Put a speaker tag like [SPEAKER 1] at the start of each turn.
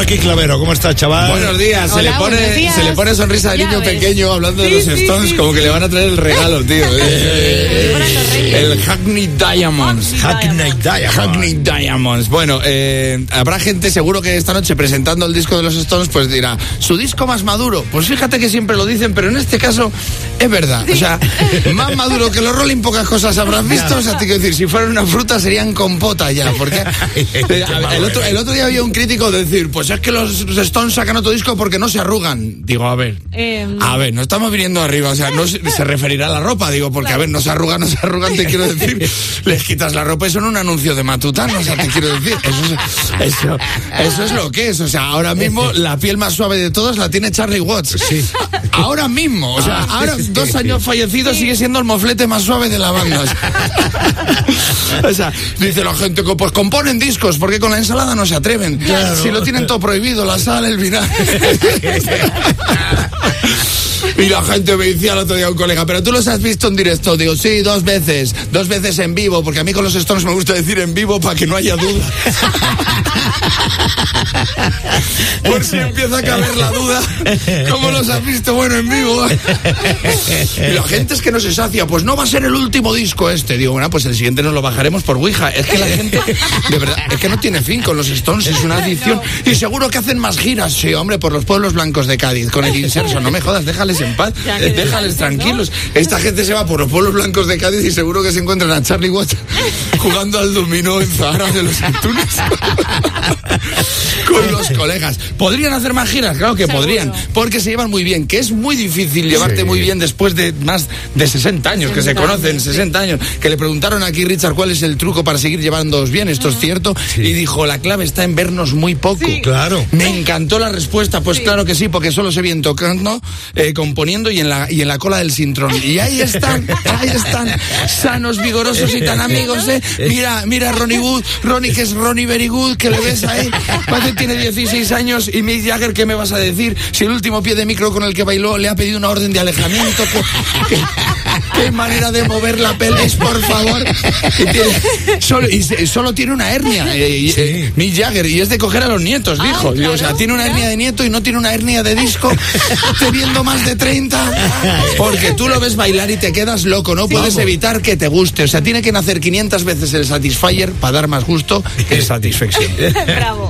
[SPEAKER 1] Iñaki Clavero, ¿cómo estás, chaval?
[SPEAKER 2] Buenos días.
[SPEAKER 3] Hola,
[SPEAKER 2] Se le pone sonrisa de niño pequeño hablando de los Stones, como que le van a traer el regalo, tío. El Hackney Diamonds. Hackney Diamonds. Bueno, habrá gente seguro que esta noche presentando el disco de los Stones, pues dirá, ¿su disco más maduro? Pues fíjate que siempre lo dicen, pero en este caso es verdad. O sea, más maduro que los Rolling pocas cosas habrás visto. O sea, te quiero decir, si fueran una fruta serían compota ya, porque el otro día había un crítico de decir, pues es que los Stones sacan otro disco porque no se arrugan. Digo, a ver, no estamos viniendo arriba, o sea, no se referirá a la ropa, digo, porque a ver, no se arrugan, te quiero decir, les quitas la ropa y son un anuncio de Matutano, o sea, te quiero decir, eso es lo que es, o sea, ahora mismo la piel más suave de todos la tiene Charlie Watts, sí. Ahora mismo, o sea, ahora 2 años fallecido sigue siendo el moflete más suave de la banda, o sea, dice la gente, pues componen discos, porque con la ensalada no se atreven, claro. Si lo tienen todo prohibido, la sal, el vinagre. Y la gente me decía el otro día un colega, pero tú los has visto en directo. Digo, sí, 2 veces en vivo, porque a mí con los Stones me gusta decir en vivo para que no haya duda. Por si empieza a caber la duda, ¿cómo los has visto? Bueno, en vivo. Y la gente es que no se sacia, pues no va a ser el último disco este. Digo, bueno, pues el siguiente nos lo bajaremos por Ouija. Es que la gente, de verdad, es que no tiene fin con los Stones, es una adicción. Y seguro que hacen más giras, sí, hombre, por los pueblos blancos de Cádiz, con el Inserso. No me jodas, déjales en paz, déjales tranquilos. Esta gente se va por los pueblos blancos de Cádiz y seguro que se encuentran a Charlie Watts jugando al dominó en Zahara de los Antunes con los colegas. ¿Podrían hacer más giras? Claro que seguro. Podrían, porque se llevan muy bien, que es muy difícil llevarte muy bien después de más de 60 años, que se conocen, 60 años, que le preguntaron aquí, Richard, ¿cuál es el truco para seguir llevándoos bien? Esto es cierto, y dijo, la clave está en vernos muy poco.
[SPEAKER 1] Claro.
[SPEAKER 2] Me encantó la respuesta, pues claro que sí, porque solo se vienen tocando, componiendo y en la cola del Sintrón. Y ahí están, sanos, vigorosos y tan amigos, ¿eh? Mira Ronnie Wood, Ronnie que es Ronnie Very Good, que le ves ahí, parece que tiene 16 años, y Mick Jagger, ¿qué me vas a decir? Si el último pie de micro con el que bailó le ha pedido una orden de alejamiento, qué manera de mover la pelvis, por favor. Solo tiene una hernia, Mick Jagger, y es de coger a los nietos, dijo. Claro, o sea, tiene una hernia de nieto y no tiene una hernia de disco, teniendo más de 30, porque tú lo ves bailar y te quedas loco, no puedes evitar que te guste, o sea, tiene que nacer 500 veces el Satisfyer para dar más gusto que el Satisfaction.
[SPEAKER 3] Bravo.